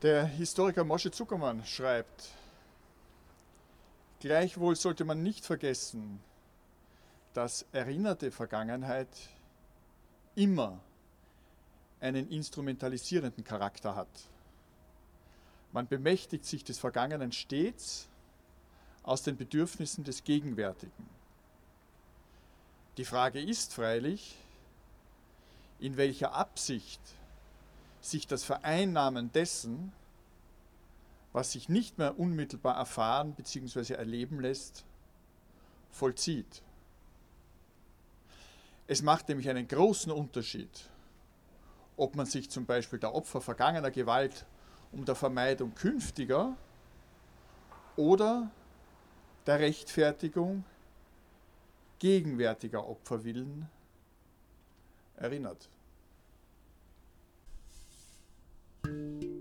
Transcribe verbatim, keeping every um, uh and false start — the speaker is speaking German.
Der Historiker Moshe Zuckermann schreibt: Gleichwohl sollte man nicht vergessen, dass erinnerte Vergangenheit immer einen instrumentalisierenden Charakter hat. Man bemächtigt sich des Vergangenen stets aus den Bedürfnissen des Gegenwärtigen. Die Frage ist freilich, in welcher Absicht sich das Vereinnahmen dessen, was sich nicht mehr unmittelbar erfahren bzw. erleben lässt, vollzieht. Es macht nämlich einen großen Unterschied, ob man sich zum Beispiel der Opfer vergangener Gewalt um der Vermeidung künftiger oder der Rechtfertigung gegenwärtiger Opfer willen erinnert.